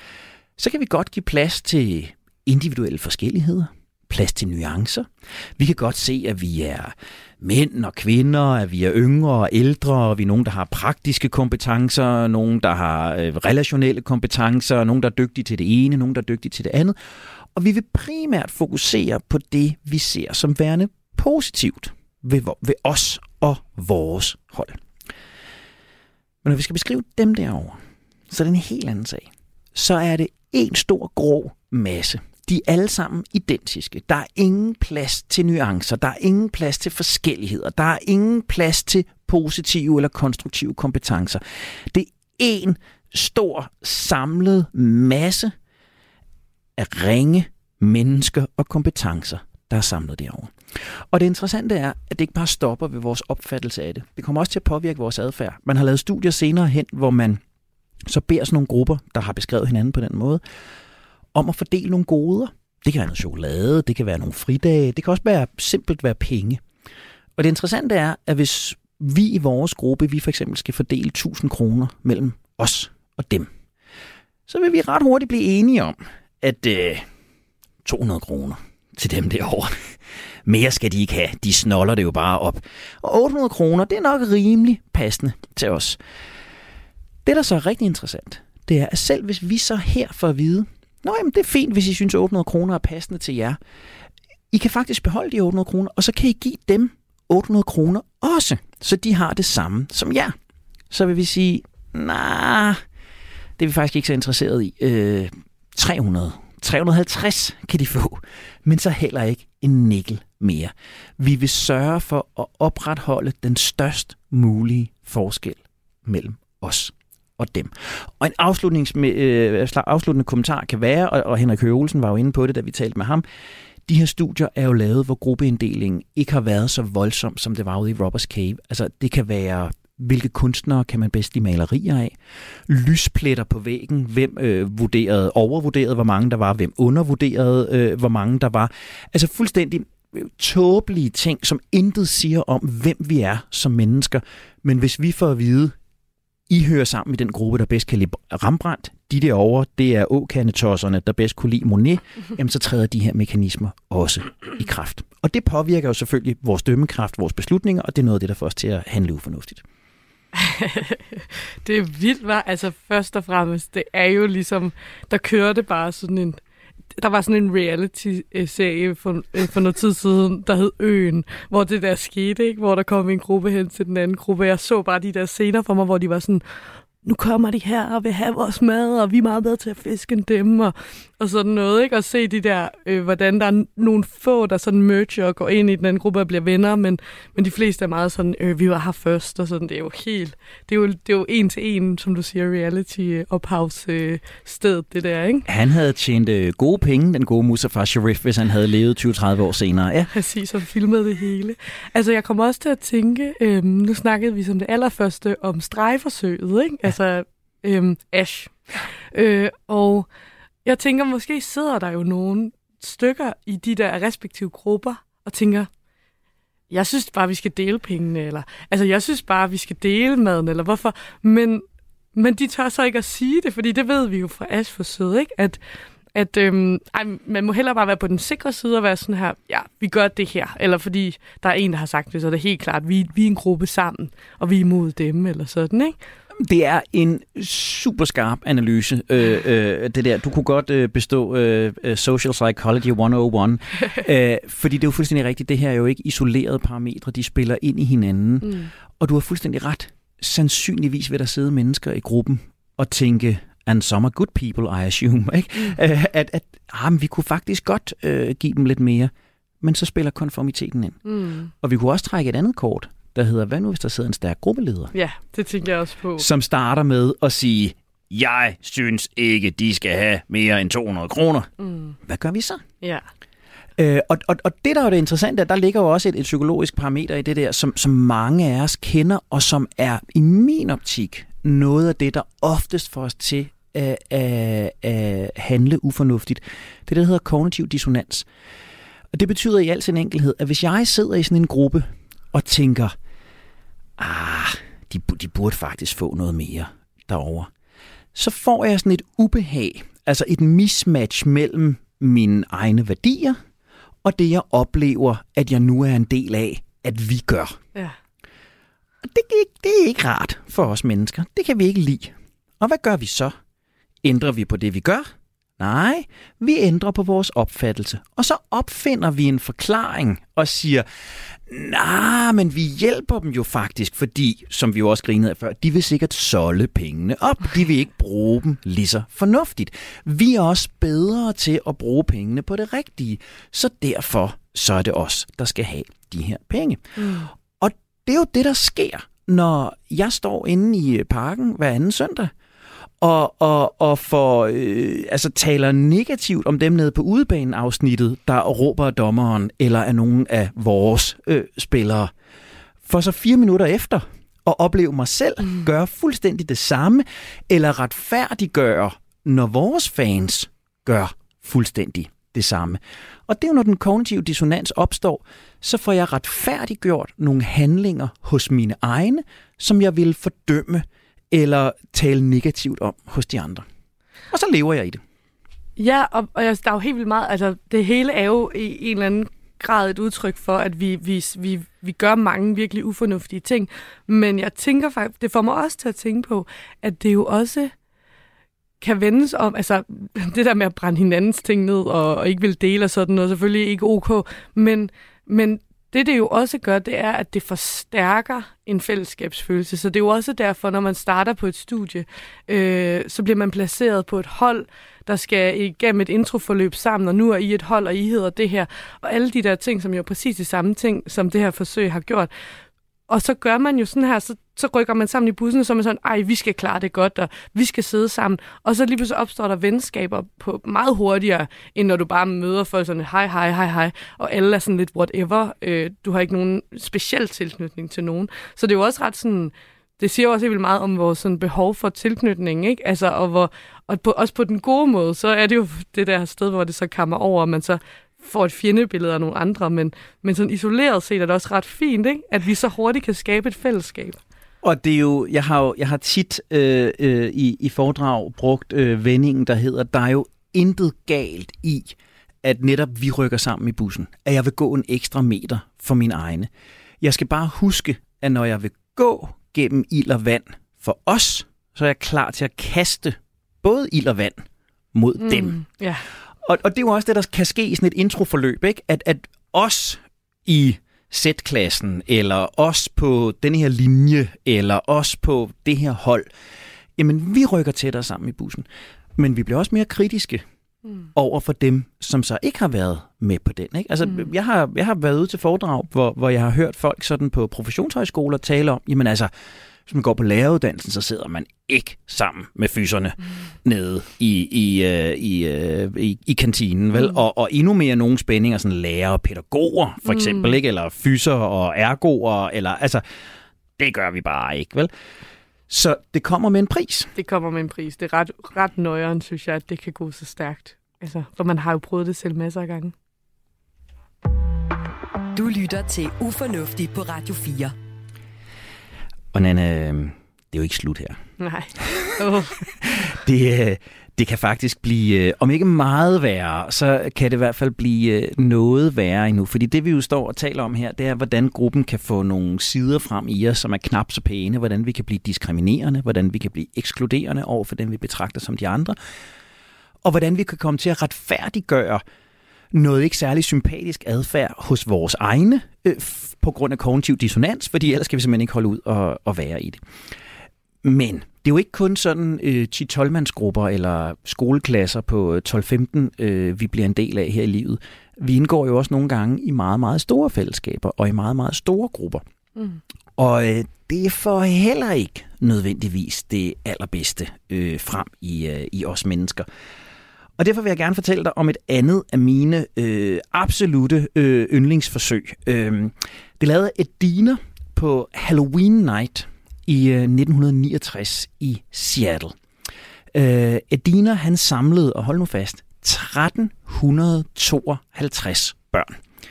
så kan vi godt give plads til individuelle forskelligheder, plads til nuancer. Vi kan godt se, at vi er mænd og kvinder, at vi er yngre og ældre, og vi er nogen, der har praktiske kompetencer, nogen, der har relationelle kompetencer, nogen, der er dygtige til det ene, nogen, der er dygtige til det andet. Og vi vil primært fokusere på det, vi ser som værende positivt ved os og vores hold. Men når vi skal beskrive dem derovre, så er det en helt anden sag. Så er det en stor grå masse. De er alle sammen identiske. Der er ingen plads til nuancer. Der er ingen plads til forskelligheder. Der er ingen plads til positive eller konstruktive kompetencer. Det er en stor samlet masse af ringe mennesker og kompetencer, der er samlet derovre. Og det interessante er, at det ikke bare stopper ved vores opfattelse af det. Det kommer også til at påvirke vores adfærd. Man har lavet studier senere hen, hvor man så beder sådan nogle grupper, der har beskrevet hinanden på den måde, om at fordele nogle goder. Det kan være noget chokolade, det kan være nogle fridage, det kan også simpelt være penge. Og det interessante er, at hvis vi i vores gruppe, vi for eksempel skal fordele 1000 kroner mellem os og dem, så vil vi ret hurtigt blive enige om, at 200 kroner til dem derovre. Mere skal de ikke have, de snoller det jo bare op. Og 800 kroner, det er nok rimelig passende til os. Det, der så er rigtig interessant, det er, at selv hvis vi så her får at vide, jamen det er fint, hvis I synes 800 kroner er passende til jer. I kan faktisk beholde de 800 kroner, og så kan I give dem 800 kroner også, så de har det samme som jer. Så vil vi sige, det er vi faktisk ikke så interesseret i. 350 kan de få, men så heller ikke en nikkel mere. Vi vil sørge for at opretholde den størst mulige forskel mellem os og dem. Og en afsluttende kommentar kan være, og Henrik Høgh Olsen var jo inde på det, da vi talte med ham, de her studier er jo lavet, hvor gruppeinddelingen ikke har været så voldsom, som det var ude i Robbers Cave. Altså, det kan være, hvilke kunstnere kan man bedst lide malerier af? Lyspletter på væggen, hvem overvurderede, hvor mange der var, hvem undervurderede, hvor mange der var. Altså fuldstændig tåbelige ting, som intet siger om, hvem vi er som mennesker. Men hvis vi får at vide, I hører sammen i den gruppe, der bedst kan lide Rembrandt, de derovre, det er åkandetosserne, der bedst kunne lide Monet, jamen så træder de her mekanismer også i kraft. Og det påvirker jo selvfølgelig vores dømmekraft, vores beslutninger, og det er noget af det, der får os til at handle ufornuftigt. Det er vildt, hva'? Altså først og fremmest, det er jo ligesom, der kørte bare sådan en, der var sådan en reality-serie for noget tid siden, der hed Øen, hvor det der skete, ikke? Hvor der kom en gruppe hen til den anden gruppe. Jeg så bare de der scener for mig, hvor de var sådan, nu kommer de her og vil have vores mad, og vi er meget bedre til at fiske end dem, og sådan noget, ikke? Og se de der, hvordan der er nogle få, der sådan merger og går ind i den anden gruppe og bliver venner, men de fleste er meget sådan, vi var her først, og sådan, det er jo helt, det er jo en til en, som du siger, reality-ophavssted, det der, ikke? Han havde tjent gode penge, den gode Mustafa Sherif, hvis han havde levet 20-30 år senere, ja. Præcis, og filmede det hele. Altså, jeg kommer også til at tænke, nu snakkede vi som det allerførste om stregforsøget, ikke? Altså, Ash. Og jeg tænker, måske sidder der jo nogle stykker i de der respektive grupper og tænker, jeg synes bare, vi skal dele pengene, eller altså, jeg synes bare, vi skal dele maden, eller hvorfor? Men de tør så ikke at sige det, fordi det ved vi jo fra Ash-forsøget, ikke? at man må hellere bare være på den sikre side og være sådan her, ja, vi gør det her. Eller fordi der er en, der har sagt det, så er det helt klart, vi er en gruppe sammen, og vi er imod dem, eller sådan, ikke? Det er en super skarp analyse, det der. Du kunne godt bestå Social Psychology 101, fordi det er jo fuldstændig rigtigt. Det her er jo ikke isolerede parametre, de spiller ind i hinanden. Og du har fuldstændig ret. Sandsynligvis vil der sidde mennesker i gruppen og tænke, and some are good people, I assume, ikke? At vi kunne faktisk godt give dem lidt mere, men så spiller konformiteten ind. Og vi kunne også trække et andet kort, der hedder, hvad nu hvis der sidder en stærk gruppeleder? Ja, det tænker jeg også på. Som starter med at sige, jeg synes ikke, de skal have mere end 200 kroner. Hvad gør vi så? Ja. Og det, der er det interessante, der ligger jo også et psykologisk parameter i det der, som mange af os kender, og som er i min optik noget af det, der oftest får os til at handle ufornuftigt. Det, der hedder kognitiv dissonans. Og det betyder i al sin enkelhed, at hvis jeg sidder i sådan en gruppe og tænker, de burde faktisk få noget mere derovre, så får jeg sådan et ubehag, altså et mismatch mellem mine egne værdier og det, jeg oplever, at jeg nu er en del af, at vi gør. Ja. Det er ikke rart for os mennesker. Det kan vi ikke lide. Og hvad gør vi så? Ændrer vi på det, vi gør? Nej, vi ændrer på vores opfattelse. Og så opfinder vi en forklaring og siger, men vi hjælper dem jo faktisk, fordi, som vi jo også grinede af før, de vil sikkert solde pengene op. De vil ikke bruge dem lige så fornuftigt. Vi er også bedre til at bruge pengene på det rigtige. Så derfor så er det os, der skal have de her penge. Og det er jo det, der sker, når jeg står inde i parken hver anden søndag, og taler negativt om dem nede på udebaneafsnittet, der råber af dommeren eller af nogen af vores spillere. For så 4 minutter efter at opleve mig selv gøre fuldstændig det samme, eller retfærdiggøre, når vores fans gør fuldstændig det samme. Og det er jo, når den kognitive dissonans opstår, så får jeg retfærdiggjort nogle handlinger hos mine egne, som jeg vil fordømme eller tale negativt om hos de andre. Og så lever jeg i det. Ja, og der er jo helt vildt meget, altså det hele er jo i en eller anden grad et udtryk for, at vi gør mange virkelig ufornuftige ting. Men jeg tænker faktisk, det får mig også til at tænke på, at det jo også kan vendes om, altså det der med at brænde hinandens ting ned og ikke vil dele og sådan noget, selvfølgelig ikke ok, men det jo også gør, det er, at det forstærker en fællesskabsfølelse. Så det er jo også derfor, når man starter på et studie, så bliver man placeret på et hold, der skal igennem et introforløb sammen, og nu er I et hold, og I hedder det her. Og alle de der ting, som jo er præcis de samme ting, som det her forsøg har gjort. Og så gør man jo sådan her, så rykker man sammen i bussen, og så er man sådan, vi skal klare det godt, og vi skal sidde sammen. Og så lige pludselig opstår der venskaber på meget hurtigere, end når du bare møder folk sådan, hej, og alle er sådan lidt whatever. Du har ikke nogen speciel tilknytning til nogen. Så det er jo også ret sådan, det siger jo også helt meget om vores sådan behov for tilknytning, ikke? Altså, også på den gode måde, så er det jo det der sted, hvor det så kommer over, og man så får et fjendebillede af nogle andre, men sådan isoleret set er det også ret fint, ikke? At vi så hurtigt kan skabe et fællesskab. Og det er jo, jeg har tit i foredrag brugt vendingen, der hedder, der er jo intet galt i, at netop vi rykker sammen i bussen, at jeg vil gå en ekstra meter for mine egne. Jeg skal bare huske, at når jeg vil gå gennem ild og vand for os, så er jeg klar til at kaste både ild og vand mod dem. Ja. Og det er jo også det, der kan ske i sådan et introforløb, ikke? At os i Z-klassen, eller os på den her linje, eller os på det her hold, jamen vi rykker tættere sammen i bussen. Men vi bliver også mere kritiske over for dem, som så ikke har været med på den. Ikke? Altså, jeg har været ude til foredrag, hvor jeg har hørt folk sådan på professionshøjskoler tale om, jamen altså, hvis man går på læreruddannelsen, så sidder man ikke sammen med fyserne nede i kantinen, vel? Og endnu mere nogle spændinger, sådan lærere og pædagoger, for eksempel, ikke? Eller fyser og ergoer, eller altså, det gør vi bare ikke, vel? Så det kommer med en pris. Det kommer med en pris. Det er ret nøjeren, synes jeg, at det kan gå så stærkt. Altså, for man har jo prøvet det selv masser af gange. Du lytter til Ufornuftig på Radio 4. Og Nanna, det er jo ikke slut her. Nej. Det kan faktisk blive, om ikke meget værre, så kan det i hvert fald blive noget værre endnu. Fordi det, vi jo står og taler om her, det er, hvordan gruppen kan få nogle sider frem i os, som er knap så pæne. Hvordan vi kan blive diskriminerende, hvordan vi kan blive ekskluderende over for dem, vi betragter som de andre. Og hvordan vi kan komme til at retfærdiggøre noget ikke særlig sympatisk adfærd hos vores egne, på grund af kognitiv dissonans, fordi ellers skal vi simpelthen ikke holde ud og være i det. Men det er jo ikke kun sådan 10-12-mandsgrupper eller skoleklasser på 12-15, vi bliver en del af her i livet. Vi indgår jo også nogle gange i meget, meget store fællesskaber og i meget, meget store grupper. Mm. Og det får heller ikke nødvendigvis det allerbedste frem i os mennesker. Og derfor vil jeg gerne fortælle dig om et andet af mine absolute yndlingsforsøg. Det lavede Edina på Halloween Night i 1969 i Seattle. Edina, han samlede, og hold nu fast, 1352 børn.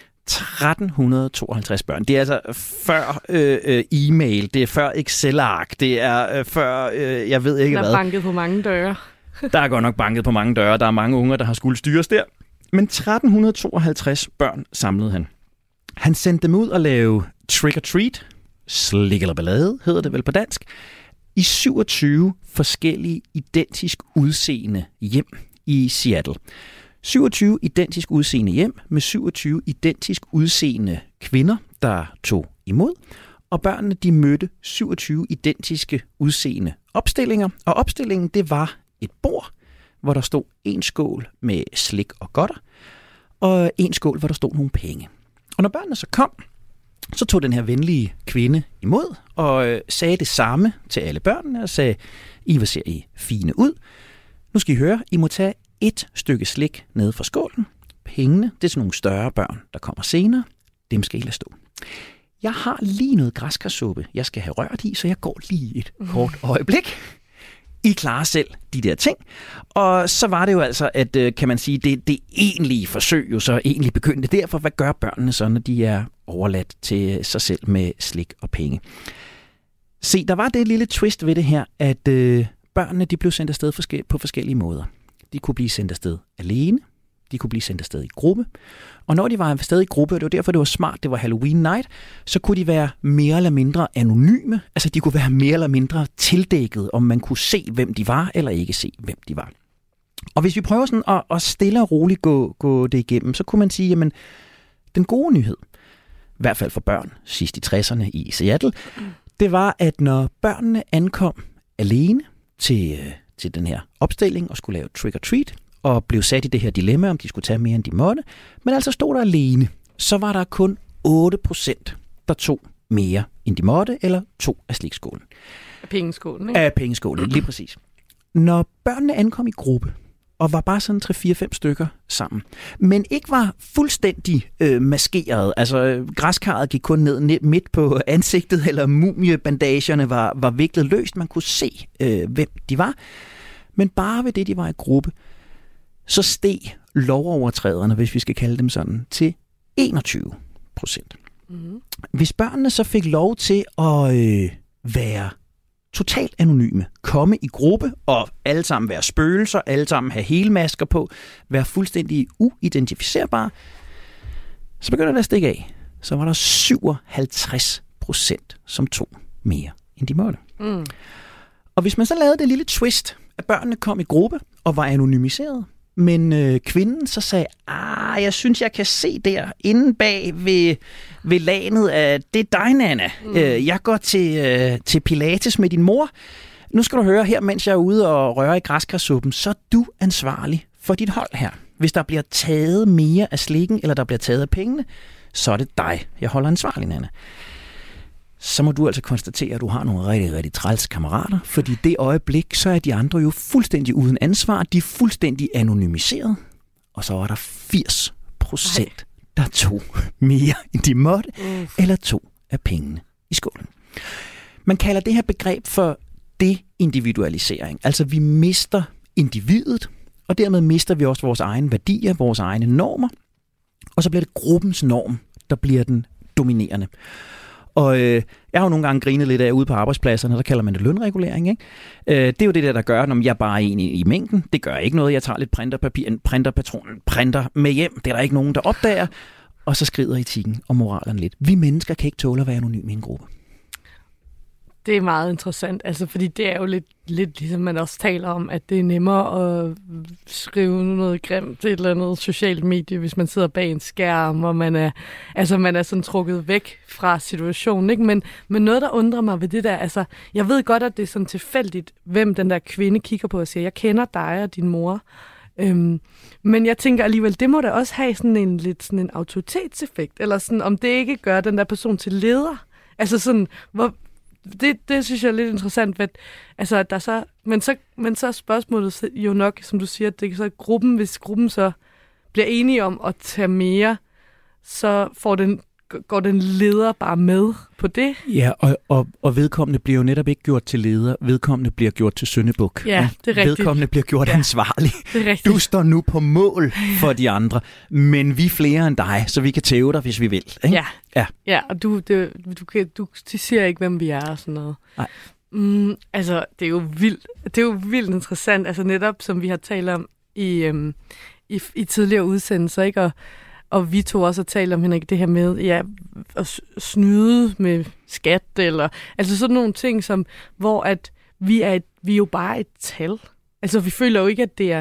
1352 børn. Det er altså før e-mail, det er før Excel-ark, det er før, jeg ved ikke hvad. Der er banket på mange døre. Der er godt nok banket på mange døre, der er mange unger, der har skulle styres der. Men 1352 børn samlede han. Han sendte dem ud og lave trick or treat, slik eller ballade, hedder det vel på dansk, i 27 forskellige identisk udseende hjem i Seattle. 27 identisk udseende hjem med 27 identisk udseende kvinder, der tog imod. Og børnene, de mødte 27 identiske udseende opstillinger. Og opstillingen, det var et bord, hvor der stod en skål med slik og godter, og en skål, hvor der stod nogle penge. Og når børnene så kom, så tog den her venlige kvinde imod og sagde det samme til alle børnene og sagde, I, hvor ser I fine ud. Nu skal I høre, I må tage et stykke slik nede fra skålen. Pengene, det er sådan nogle større børn, der kommer senere. Dem skal I lade stå. Jeg har lige noget græskarsuppe, jeg skal have rørt i, så jeg går lige et kort øjeblik. I klarer selv de der ting. Og så var det jo altså, at kan man sige, det egentlige forsøg jo så egentlig begyndte derfor. Hvad gør børnene så, når de er overladt til sig selv med slik og penge? Se, der var det lille twist ved det her, at børnene de blev sendt afsted på forskellige måder. De kunne blive sendt afsted alene. De kunne blive sendt afsted i gruppe. Og når de var afsted i gruppe, og det var derfor, det var smart, det var Halloween Night, så kunne de være mere eller mindre anonyme. Altså, de kunne være mere eller mindre tildækket, om man kunne se, hvem de var, eller ikke se, hvem de var. Og hvis vi prøver sådan at stille og roligt gå det igennem, så kunne man sige, jamen, den gode nyhed, i hvert fald for børn, sidst i 60'erne i Seattle, det var, at når børnene ankom alene til den her opstilling og skulle lave trick or treat, og blev sat i det her dilemma, om de skulle tage mere, end de måtte, men altså stod der alene, så var der kun 8%, der tog mere, end de måtte, eller tog af slikskålen. Af pengeskålen, ikke? Af pengeskålen, lige præcis. Når børnene ankom i gruppe, og var bare sådan 3-4-5 stykker sammen, men ikke var fuldstændig maskeret, altså græskarret gik kun ned midt på ansigtet, eller mumiebandagerne var viklet løst, man kunne se, hvem de var, men bare ved det, de var i gruppe, så steg lovovertræderne, hvis vi skal kalde dem sådan, til 21%. Mm-hmm. Hvis børnene så fik lov til at være totalt anonyme, komme i gruppe og alle sammen være spøgelser, alle sammen have helmasker på, være fuldstændig uidentificerbare, så begynder det at stikke af. Så var der 57%, som tog mere, end de måtte. Mm. Og hvis man så lavede det lille twist, at børnene kom i gruppe og var anonymiseret, men kvinden så sagde, jeg synes, jeg kan se der inde bag ved lagenet, at det er dig, Nanna. Jeg går til Pilates med din mor. Nu skal du høre her, mens jeg er ude og rører i græskarsuppen, så er du ansvarlig for dit hold her. Hvis der bliver taget mere af slikken, eller der bliver taget af pengene, så er det dig, jeg holder ansvarlig, Nanna. Så må du altså konstatere, at du har nogle rigtig, rigtig træls kammerater, fordi det øjeblik, så er de andre jo fuldstændig uden ansvar, de er fuldstændig anonymiseret, og så var der 80%, der tog mere, end de måtte, eller tog af pengene i skålen. Man kalder det her begreb for deindividualisering, altså vi mister individet, og dermed mister vi også vores egne værdier, vores egne normer, og så bliver det gruppens norm, der bliver den dominerende. Og jeg har jo nogle gange grinet lidt af ude på arbejdspladserne, der kalder man det lønregulering. Ikke? Det er jo det der gør, når jeg bare er en i mængden. Det gør ikke noget. Jeg tager lidt printerpapir, en printerpatron, printer med hjem. Det er der ikke nogen, der opdager. Og så skrider etikken og moralen lidt. Vi mennesker kan ikke tåle at være anonyme i en gruppe. Det er meget interessant, altså, fordi det er jo lidt ligesom man også taler om, at det er nemmere at skrive noget grimt til et eller andet socialt medie, hvis man sidder bag en skærm, og man er sådan trukket væk fra situationen. Ikke? Men noget, der undrer mig ved det der, altså, jeg ved godt, at det er sådan tilfældigt, hvem den der kvinde kigger på og siger, jeg kender dig og din mor. Men jeg tænker alligevel, det må da også have sådan en autoritetseffekt, eller sådan, om det ikke gør den der person til leder. Altså sådan, det synes jeg er lidt interessant, altså, at der så, men så er spørgsmålet jo nok, som du siger, at det er så gruppen, hvis gruppen så bliver enige om at tage mere, så går den leder bare med på det. Ja, og vedkommende bliver jo netop ikke gjort til leder. Vedkommende bliver gjort til syndebuk. Ja, det er rigtigt. Vedkommende bliver gjort ansvarlig. Det er rigtigt. Du står nu på mål for de andre, men vi er flere end dig, så vi kan tæve dig, hvis vi vil. Ikke? Ja, og du siger ikke, hvem vi er og sådan noget. Nej. Altså, det er jo vildt interessant, altså netop, som vi har talt om i tidligere udsendelser, ikke? Og vi to også har talt om, Henrik, det her med at snyde med skat, eller altså sådan nogle ting, hvor at vi er jo bare et tal. Altså, vi føler jo ikke, at det er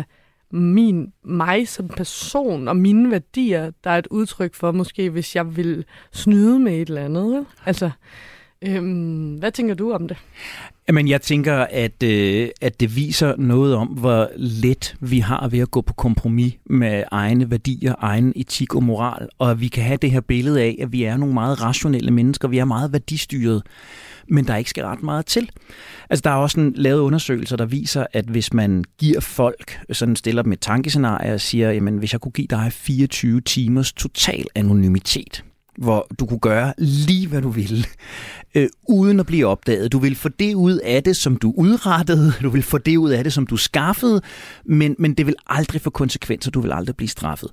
mig som person og mine værdier, der er et udtryk for, måske hvis jeg vil snyde med et eller andet. Altså, hvad tænker du om det? Jamen, jeg tænker, at det viser noget om, hvor let vi har ved at gå på kompromis med egne værdier, egen etik og moral, og at vi kan have det her billede af, at vi er nogle meget rationelle mennesker, vi er meget værdistyrede, men der ikke skal ret meget til. Altså, der er også lavet undersøgelser, der viser, at hvis man giver folk, sådan stiller dem et tankescenarie og siger, jamen, hvis jeg kunne give dig 24 timers total anonymitet, hvor du kunne gøre lige, hvad du ville, uden at blive opdaget. Du vil få det ud af det, som du udrettede. Du vil få det ud af det, som du skaffede. Men det vil aldrig få konsekvenser. Du vil aldrig blive straffet.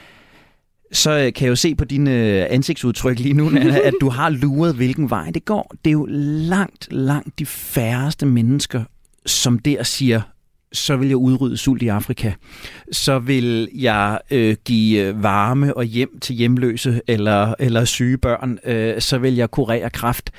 Så kan jeg jo se på dine ansigtsudtryk lige nu, at du har luret, hvilken vej det går. Det er jo langt de færreste mennesker, som der siger, så vil jeg udrydde sult i Afrika. Så vil jeg give varme og hjem til hjemløse eller syge børn. Så vil jeg kurere kræft.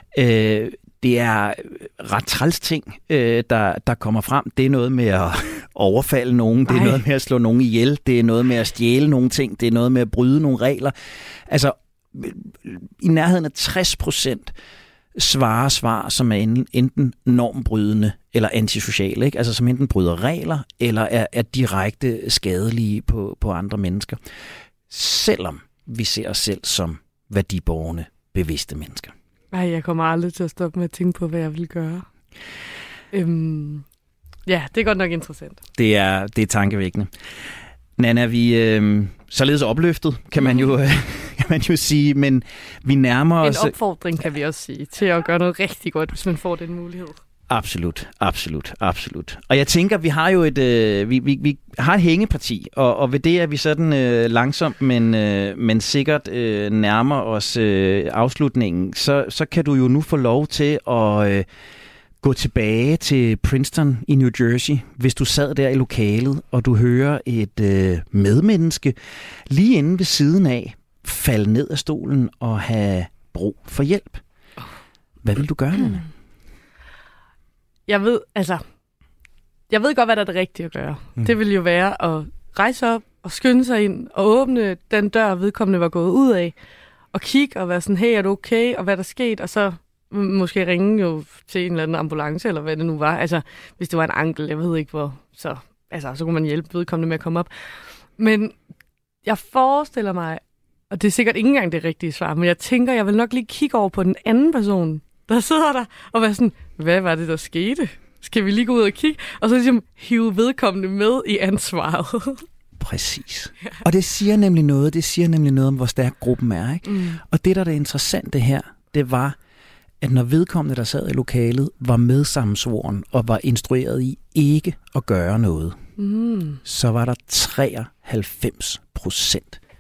Det er ret træls ting, der kommer frem. Det er noget med at overfalde nogen. Det er noget med at slå nogen ihjel. Det er noget med at stjæle nogle ting. Det er noget med at bryde nogle regler. Altså, i nærheden af 60% svarer svar, som er enten normbrydende eller antisociale, ikke? Altså som enten bryder regler eller er direkte skadelige på andre mennesker. Selvom vi ser os selv som værdiborgerne, bevidste mennesker. Nej, jeg kommer aldrig til at stoppe med at tænke på, hvad jeg vil gøre. Ja, det er godt nok interessant. Det er tankevækkende. Nanna, vi således opløftet, kan man jo sige, men vi nærmer os... En opfordring, kan vi også sige, til at gøre noget rigtig godt, hvis man får den mulighed. Absolut. Og jeg tænker, vi har jo vi har et hængeparti, og ved det er vi sådan langsomt, men sikkert nærmer os afslutningen. Så kan du jo nu få lov til at gå tilbage til Princeton i New Jersey, hvis du sad der i lokalet, og du hører et medmenneske lige inde ved siden af falde ned af stolen og have brug for hjælp. Hvad vil du gøre, Nanna? Jeg ved godt, hvad der er det rigtige at gøre. Det vil jo være at rejse op og skynde sig ind og åbne den dør, vedkommende var gået ud af, og kigge og være sådan, hey, er du okay, og hvad der sket, og så måske ringe jo til en eller anden ambulance, eller hvad det nu var. Altså, hvis det var en ankel, jeg ved ikke hvor, så kunne man hjælpe vedkommende med at komme op. Men jeg forestiller mig, og det er sikkert ikke engang det rigtige svar, men jeg tænker, jeg vil nok lige kigge over på den anden person, der sidder der, og være sådan, hvad var det, der skete? Skal vi lige gå ud og kigge? Og så ligesom hive vedkommende med i ansvaret. Præcis. Og det siger nemlig noget om, hvor stærk gruppen er. Ikke? Og det, der er det interessante her, det var, at når vedkommende, der sad i lokalet, var medsammensvoren og var instrueret i ikke at gøre noget, så var der 93%,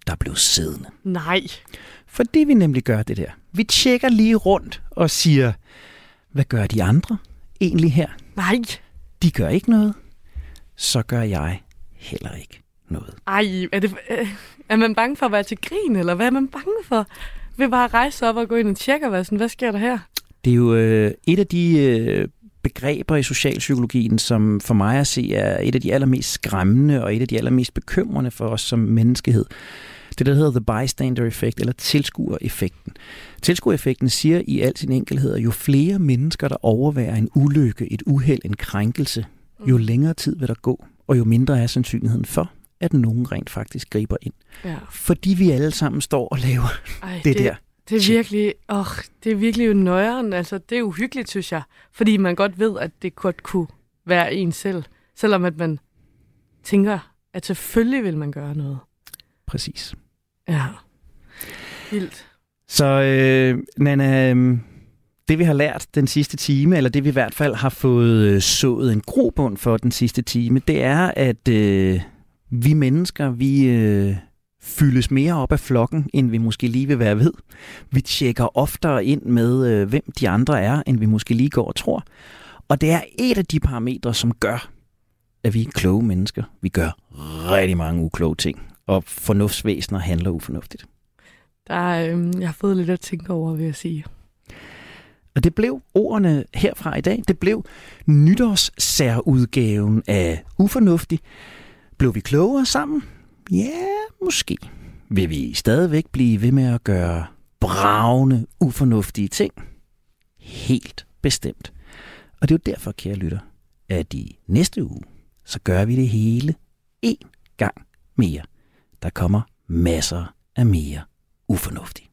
der blev siddende. Nej. Fordi vi nemlig gør det der. Vi tjekker lige rundt og siger, hvad gør de andre egentlig her? Nej. De gør ikke noget. Så gør jeg heller ikke noget. Ej, er man bange for at være til grin, eller hvad er man bange for? Vil bare rejse op og gå ind og tjekke, hvad sker der her? Det er jo et af de begreber i socialpsykologien, som for mig at se er et af de allermest skræmmende og et af de allermest bekymrende for os som menneskehed. Det, der hedder the bystander effect, eller tilskuereffekten. Tilskuereffekten siger i al sin enkelhed, at jo flere mennesker, der overværer en ulykke, et uheld, en krænkelse, jo længere tid vil der gå, og jo mindre er sandsynligheden for, at nogen rent faktisk griber ind. Ja. Fordi vi alle sammen står og laver det der. Det er virkelig jo nøjeren. Altså, det er uhyggeligt, synes jeg. Fordi man godt ved, at det godt kunne være en selv. Selvom at man tænker, at selvfølgelig vil man gøre noget. Præcis. Ja. Vildt. Så Nanna, det vi har lært den sidste time, eller det vi i hvert fald har fået sået en grobund for den sidste time, det er, at vi mennesker, vi fyldes mere op af flokken, end vi måske lige vil være ved. Vi tjekker oftere ind med, hvem de andre er, end vi måske lige går og tror. Og det er et af de parametre, som gør, at vi er kloge mennesker. Vi gør rigtig mange ukloge ting, og fornuftsvæsener handler ufornuftigt. Jeg har fået lidt at tænke over, vil jeg sige. Og det blev ordene herfra i dag. Det blev nytårssærudgaven af Ufornuftig. Blev vi klogere sammen? Ja, måske. Vil vi stadigvæk blive ved med at gøre bragende, ufornuftige ting? Helt bestemt. Og det er jo derfor, kære lytter, at i næste uge, så gør vi det hele en gang mere. Der kommer masser af mere ufornuftigt.